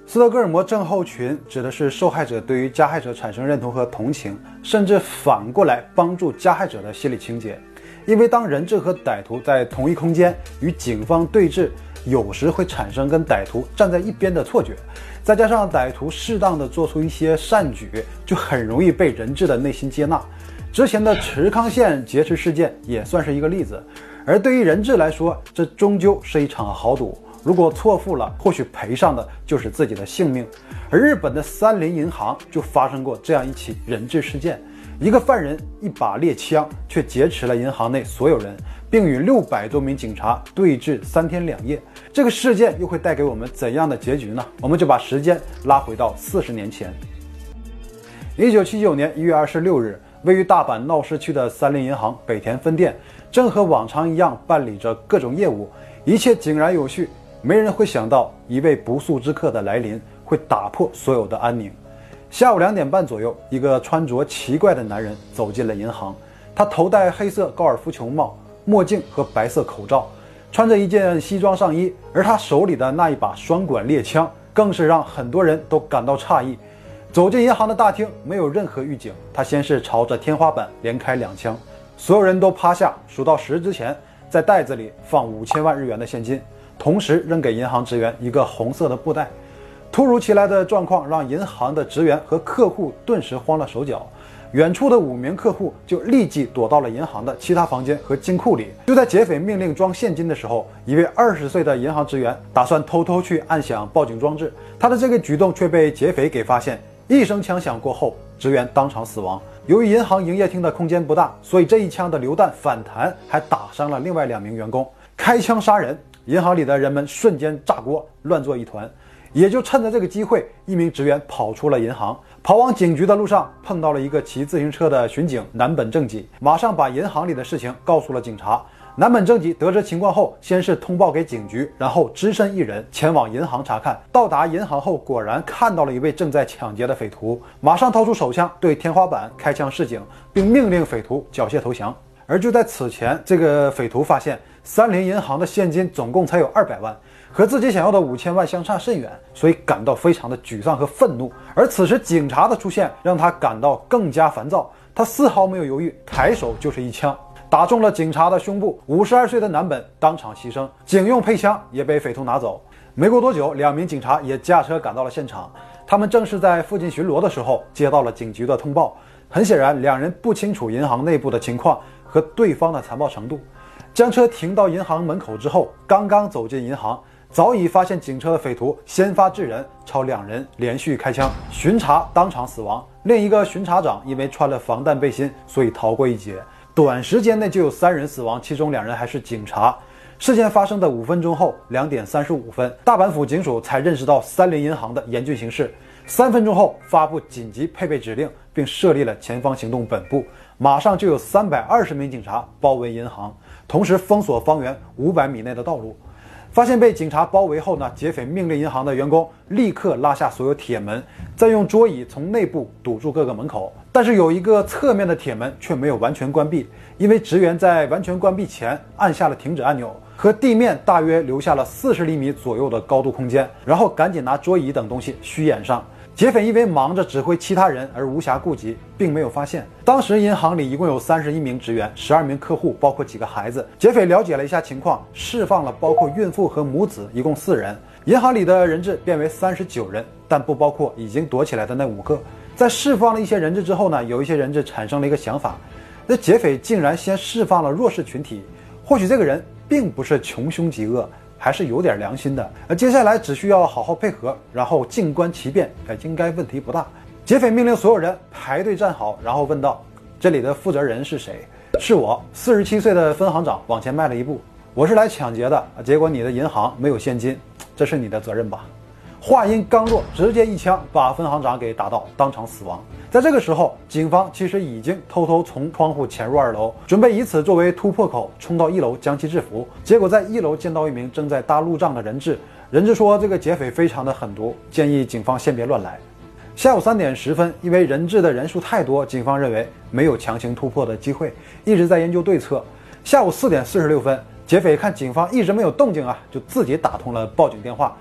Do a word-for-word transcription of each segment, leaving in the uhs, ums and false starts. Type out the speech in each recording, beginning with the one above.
斯德哥尔摩症候群指的是受害者对于加害者产生认同和同情，甚至反过来帮助加害者的心理情节。因为当人质和歹徒在同一空间与警方对峙，有时会产生跟歹徒站在一边的错觉，再加上歹徒适当的做出一些善举，就很容易被人质的内心接纳。之前的池康县劫持事件也算是一个例子。而对于人质来说，这终究是一场豪赌，如果错付了，或许赔上的就是自己的性命。而日本的三菱银行就发生过这样一起人质事件，一个犯人一把猎枪却劫持了银行内所有人，并与六百多名警察对峙三天两夜。这个事件又会带给我们怎样的结局呢？我们就把时间拉回到四十年前。一九七九年一月二十六日，位于大阪闹市区的三菱银行北田分店正和往常一样办理着各种业务，一切井然有序。没人会想到一位不速之客的来临会打破所有的安宁。下午两点半左右，一个穿着奇怪的男人走进了银行，他头戴黑色高尔夫球帽、墨镜和白色口罩，穿着一件西装上衣，而他手里的那一把双管猎枪更是让很多人都感到诧异。走进银行的大厅，没有任何预警，他先是朝着天花板连开两枪，所有人都趴下，数到十之前，在袋子里放五千万日元的现金，同时扔给银行职员一个红色的布袋。突如其来的状况让银行的职员和客户顿时慌了手脚，远处的五名客户就立即躲到了银行的其他房间和金库里。就在劫匪命令装现金的时候，一位二十岁的银行职员打算偷偷去按响报警装置，他的这个举动却被劫匪给发现。一声枪响过后，职员当场死亡。由于银行营业厅的空间不大，所以这一枪的榴弹反弹，还打伤了另外两名员工。开枪杀人，银行里的人们瞬间炸锅，乱作一团。也就趁着这个机会，一名职员跑出了银行，跑往警局的路上碰到了一个骑自行车的巡警南本正己，马上把银行里的事情告诉了警察。南本正己得知情况后，先是通报给警局，然后只身一人前往银行查看。到达银行后，果然看到了一位正在抢劫的匪徒，马上掏出手枪对天花板开枪示警，并命令匪徒缴械投降。而就在此前，这个匪徒发现三菱银行的现金总共才有二百万，和自己想要的五千万相差甚远，所以感到非常的沮丧和愤怒。而此时警察的出现让他感到更加烦躁，他丝毫没有犹豫，抬手就是一枪，打中了警察的胸部。五十二岁的南本当场牺牲，警用配枪也被匪徒拿走。没过多久，两名警察也驾车赶到了现场，他们正是在附近巡逻的时候接到了警局的通报。很显然，两人不清楚银行内部的情况和对方的残暴程度。将车停到银行门口之后，刚刚走进银行，早已发现警车的匪徒先发制人，朝两人连续开枪，巡查当场死亡。另一个巡查长因为穿了防弹背心，所以逃过一劫。短时间内就有三人死亡，其中两人还是警察。事件发生的五分钟后，两点三十五分，大阪府警署才认识到三菱银行的严峻形势。三分钟后发布紧急配备指令，并设立了前方行动本部，马上就有三百二十名警察包围银行，同时封锁方圆五百米内的道路。发现被警察包围后呢，劫匪命令银行的员工立刻拉下所有铁门，再用桌椅从内部堵住各个门口。但是有一个侧面的铁门却没有完全关闭，因为职员在完全关闭前按下了停止按钮，和地面大约留下了四十厘米左右的高度空间，然后赶紧拿桌椅等东西虚掩上。劫匪因为忙着指挥其他人而无暇顾及，并没有发现。当时银行里一共有三十一名职员，十二名客户，包括几个孩子。劫匪了解了一下情况，释放了包括孕妇和母子一共四人。银行里的人质变为三十九人，但不包括已经躲起来的那五个。在释放了一些人质之后呢，有一些人质产生了一个想法，那劫匪竟然先释放了弱势群体，或许这个人并不是穷凶极恶，还是有点良心的。而接下来只需要好好配合，然后静观其变，应该问题不大。劫匪命令所有人排队站好，然后问道：这里的负责人是谁？是我，四十七岁的分行长往前迈了一步。我是来抢劫的，结果你的银行没有现金，这是你的责任吧？话音刚落，直接一枪把分行长给打倒，当场死亡。在这个时候，警方其实已经偷偷从窗户潜入二楼，准备以此作为突破口冲到一楼将其制服。结果在一楼见到一名正在搭路障的人质，人质说这个劫匪非常的狠毒，建议警方先别乱来。下午三点十分，因为人质的人数太多，警方认为没有强行突破的机会，一直在研究对策。下午四点四十六分，劫匪看警方一直没有动静啊，就自己打通了报警电话，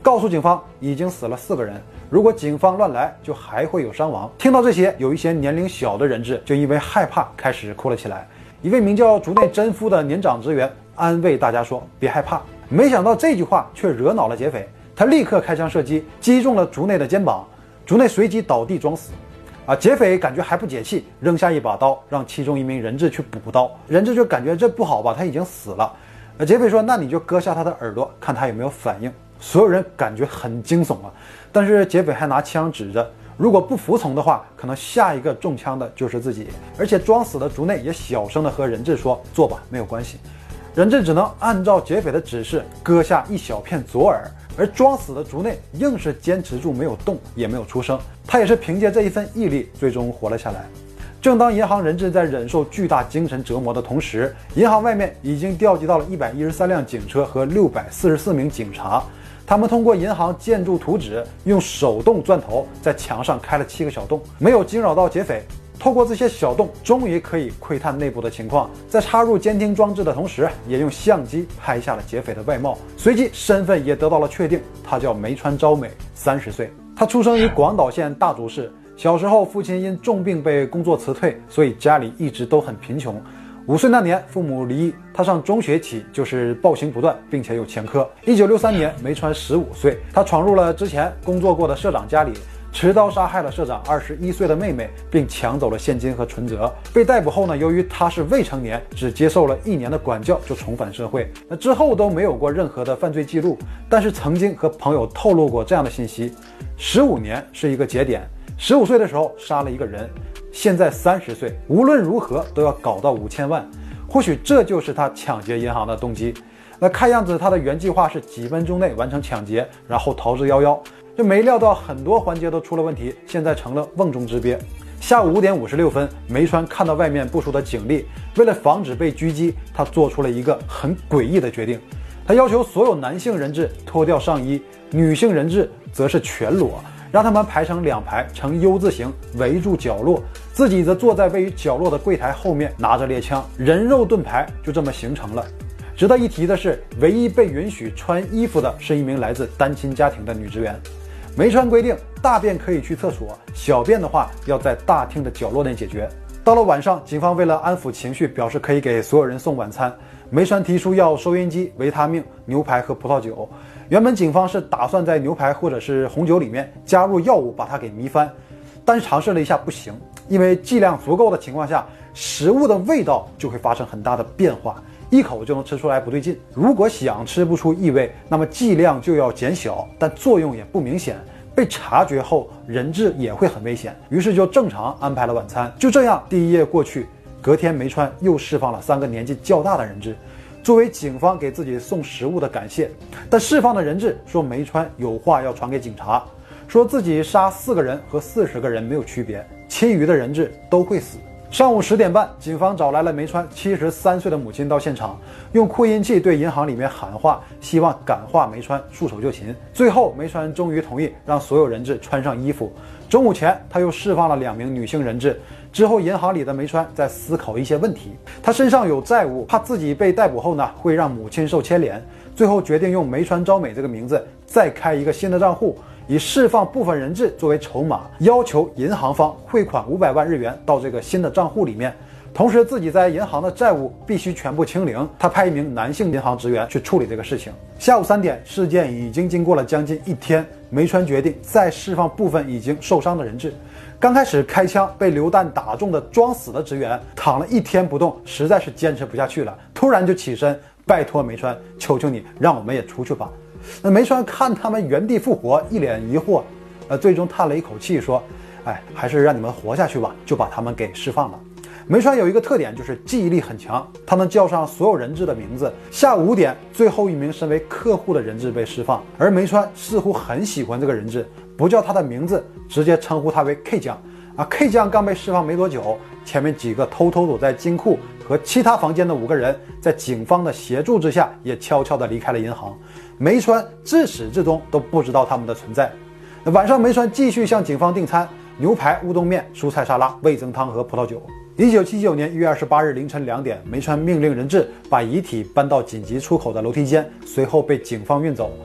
告诉警方已经死了四个人，如果警方乱来，就还会有伤亡。听到这些，有一些年龄小的人质就因为害怕开始哭了起来。一位名叫竹内真夫的年长职员安慰大家说：“别害怕。”没想到这句话却惹恼了劫匪，他立刻开枪射击，击中了竹内的肩膀，竹内随即倒地装死。啊！劫匪感觉还不解气，扔下一把刀，让其中一名人质去补刀。人质就感觉这不好吧，他已经死了。呃，劫匪说：“那你就割下他的耳朵，看他有没有反应。”所有人感觉很惊悚啊，但是劫匪还拿枪指着，如果不服从的话，可能下一个中枪的就是自己。而且装死的竹内也小声的和人质说：“做吧，没有关系。”人质只能按照劫匪的指示割下一小片左耳，而装死的竹内硬是坚持住没有动，也没有出声。他也是凭借这一份毅力，最终活了下来。正当银行人质在忍受巨大精神折磨的同时，银行外面已经调集到了一百一十三辆警车和六百四十四名警察。他们通过银行建筑图纸，用手动钻头在墙上开了七个小洞，没有惊扰到劫匪。透过这些小洞，终于可以窥探内部的情况。在插入监听装置的同时，也用相机拍下了劫匪的外貌，随即身份也得到了确定，他叫梅川昭美，三十岁。他出生于广岛县大竹市，小时候父亲因重病被工作辞退，所以家里一直都很贫穷。五岁那年，父母离异，他上中学起就是暴行不断，并且有前科。一九六三年，梅川十五岁，他闯入了之前工作过的社长家里，持刀杀害了社长二十一岁的妹妹，并抢走了现金和存折。被逮捕后呢，由于他是未成年，只接受了一年的管教就重返社会。那之后都没有过任何的犯罪记录，但是曾经和朋友透露过这样的信息：十五年是一个节点，十五岁的时候杀了一个人。现在三十岁，无论如何都要搞到五千万，或许这就是他抢劫银行的动机。那看样子他的原计划是几分钟内完成抢劫，然后逃之夭夭。这没料到很多环节都出了问题，现在成了瓮中之鳖。下午五点五十六分，梅川看到外面部署的警力，为了防止被狙击，他做出了一个很诡异的决定。他要求所有男性人质脱掉上衣，女性人质则是全裸，让他们排成两排，呈 U 字形围住角落，自己则坐在位于角落的柜台后面，拿着猎枪，人肉盾牌就这么形成了。值得一提的是，唯一被允许穿衣服的是一名来自单亲家庭的女职员。梅川规定，大便可以去厕所，小便的话要在大厅的角落内解决。到了晚上，警方为了安抚情绪，表示可以给所有人送晚餐。梅川提出要收音机、维他命、牛排和葡萄酒。原本警方是打算在牛排或者是红酒里面加入药物，把它给迷翻，但是尝试了一下不行，因为剂量足够的情况下，食物的味道就会发生很大的变化，一口就能吃出来不对劲。如果想吃不出异味，那么剂量就要减小，但作用也不明显。被察觉后，人质也会很危险，于是就正常安排了晚餐。就这样，第一夜过去，隔天梅川又释放了三个年纪较大的人质，作为警方给自己送食物的感谢。但释放的人质说梅川有话要传给警察，说自己杀四个人和四十个人没有区别，其余的人质都会死。上午十点半，警方找来了梅川七十三岁的母亲到现场，用扩音器对银行里面喊话，希望感化梅川束手就擒。最后，梅川终于同意让所有人质穿上衣服。中午前，他又释放了两名女性人质。之后，银行里的梅川在思考一些问题，他身上有债务，怕自己被逮捕后呢会让母亲受牵连。最后决定用梅川昭美这个名字再开一个新的账户，以释放部分人质作为筹码，要求银行方汇款五百万日元到这个新的账户里面，同时自己在银行的债务必须全部清零。他派一名男性银行职员去处理这个事情。下午三点，事件已经经过了将近一天，梅川决定再释放部分已经受伤的人质。刚开始开枪被榴弹打中的装死的职员躺了一天不动，实在是坚持不下去了，突然就起身，拜托梅川，求求你让我们也出去吧。那梅川看他们原地复活，一脸疑惑，呃，最终叹了一口气说：“哎，还是让你们活下去吧。”就把他们给释放了。梅川有一个特点，就是记忆力很强，他能叫上所有人质的名字。下午五点，最后一名身为客户的人质被释放，而梅川似乎很喜欢这个人质，不叫他的名字，直接称呼他为 K 酱。啊 ，K 酱刚被释放没多久，前面几个偷偷躲在金库和其他房间的五个人，在警方的协助之下，也悄悄地离开了银行。梅川自始至终都不知道他们的存在。晚上，梅川继续向警方订餐：牛排、乌冬面、蔬菜沙拉、味增汤和葡萄酒。一九七九年一月二十八日凌晨两点，梅川命令人质把遗体搬到紧急出口的楼梯间，随后被警方运走。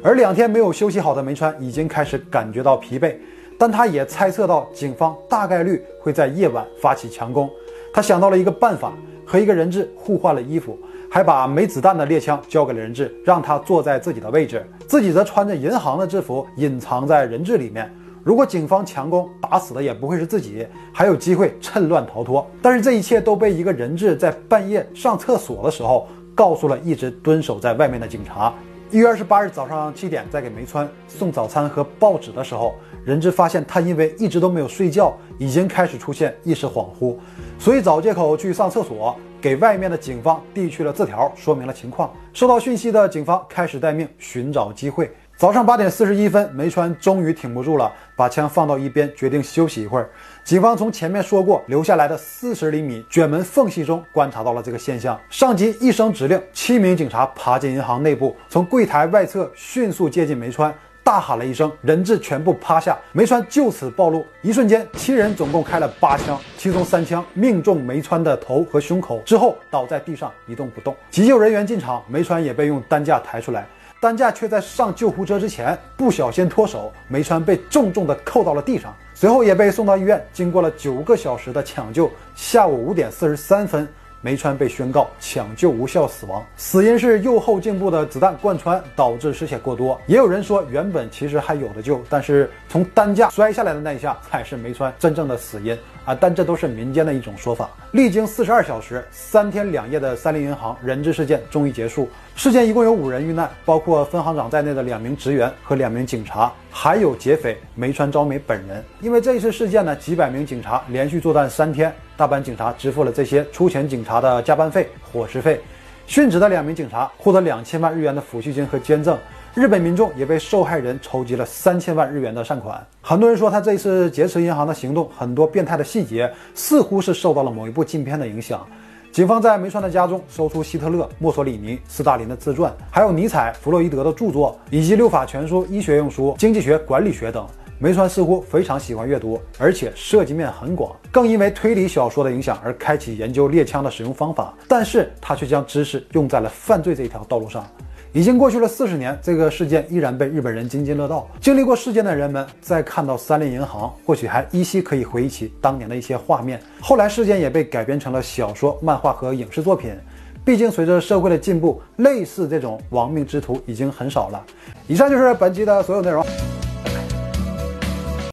而两天没有休息好的梅川已经开始感觉到疲惫，但他也猜测到警方大概率会在夜晚发起强攻。他想到了一个办法，和一个人质互换了衣服，还把没子弹的猎枪交给了人质，让他坐在自己的位置，自己则穿着银行的制服隐藏在人质里面。如果警方强攻，打死的也不会是自己，还有机会趁乱逃脱。但是这一切都被一个人质在半夜上厕所的时候告诉了一直蹲守在外面的警察。一月二十八日早上七点，在给梅川送早餐和报纸的时候，人质发现他因为一直都没有睡觉，已经开始出现意识恍惚，所以找借口去上厕所，给外面的警方递去了字条，说明了情况。收到讯息的警方开始待命，寻找机会。早上八点四十一分，梅川终于挺不住了，把枪放到一边，决定休息一会儿。警方从前面说过留下来的四十厘米卷门缝隙中观察到了这个现象。上级一声指令，七名警察爬进银行内部，从柜台外侧迅速接近梅川，大喊了一声，人质全部趴下，梅川就此暴露。一瞬间，七人总共开了八枪，其中三枪命中梅川的头和胸口，之后倒在地上一动不动。急救人员进场，梅川也被用担架抬出来。担架却在上救护车之前不小心脱手，梅川被重重地扣到了地上，随后也被送到医院。经过了九个小时的抢救，下午五点四十三分，梅川被宣告抢救无效死亡，死因是右后颈部的子弹贯穿导致失血过多。也有人说原本其实还有的救，但是从担架摔下来的那一下才是梅川真正的死因啊！但这都是民间的一种说法。历经四十二小时、三天两夜的三菱银行人质事件终于结束。事件一共有五人遇难，包括分行长在内的两名职员和两名警察，还有劫匪梅川昭美本人。因为这一次事件呢，几百名警察连续作战三天，大阪警察支付了这些出勤警察的加班费、伙食费。殉职的两名警察获得两千万日元的抚恤金和捐赠。日本民众也为受害人筹集了三千万日元的善款。很多人说他这次劫持银行的行动，很多变态的细节似乎是受到了某一部禁片的影响。警方在梅川的家中搜出希特勒、墨索里尼、斯大林的自传，还有尼采、弗洛伊德的著作，以及六法全书、医学用书、经济学、管理学等。梅川似乎非常喜欢阅读，而且涉及面很广，更因为推理小说的影响而开启研究猎枪的使用方法。但是他却将知识用在了犯罪这一条道路上。已经过去了四十年，这个事件依然被日本人津津乐道。经历过事件的人们在看到三菱银行，或许还依稀可以回忆起当年的一些画面。后来事件也被改编成了小说、漫画和影视作品。毕竟随着社会的进步，类似这种亡命之徒已经很少了。以上就是本期的所有内容。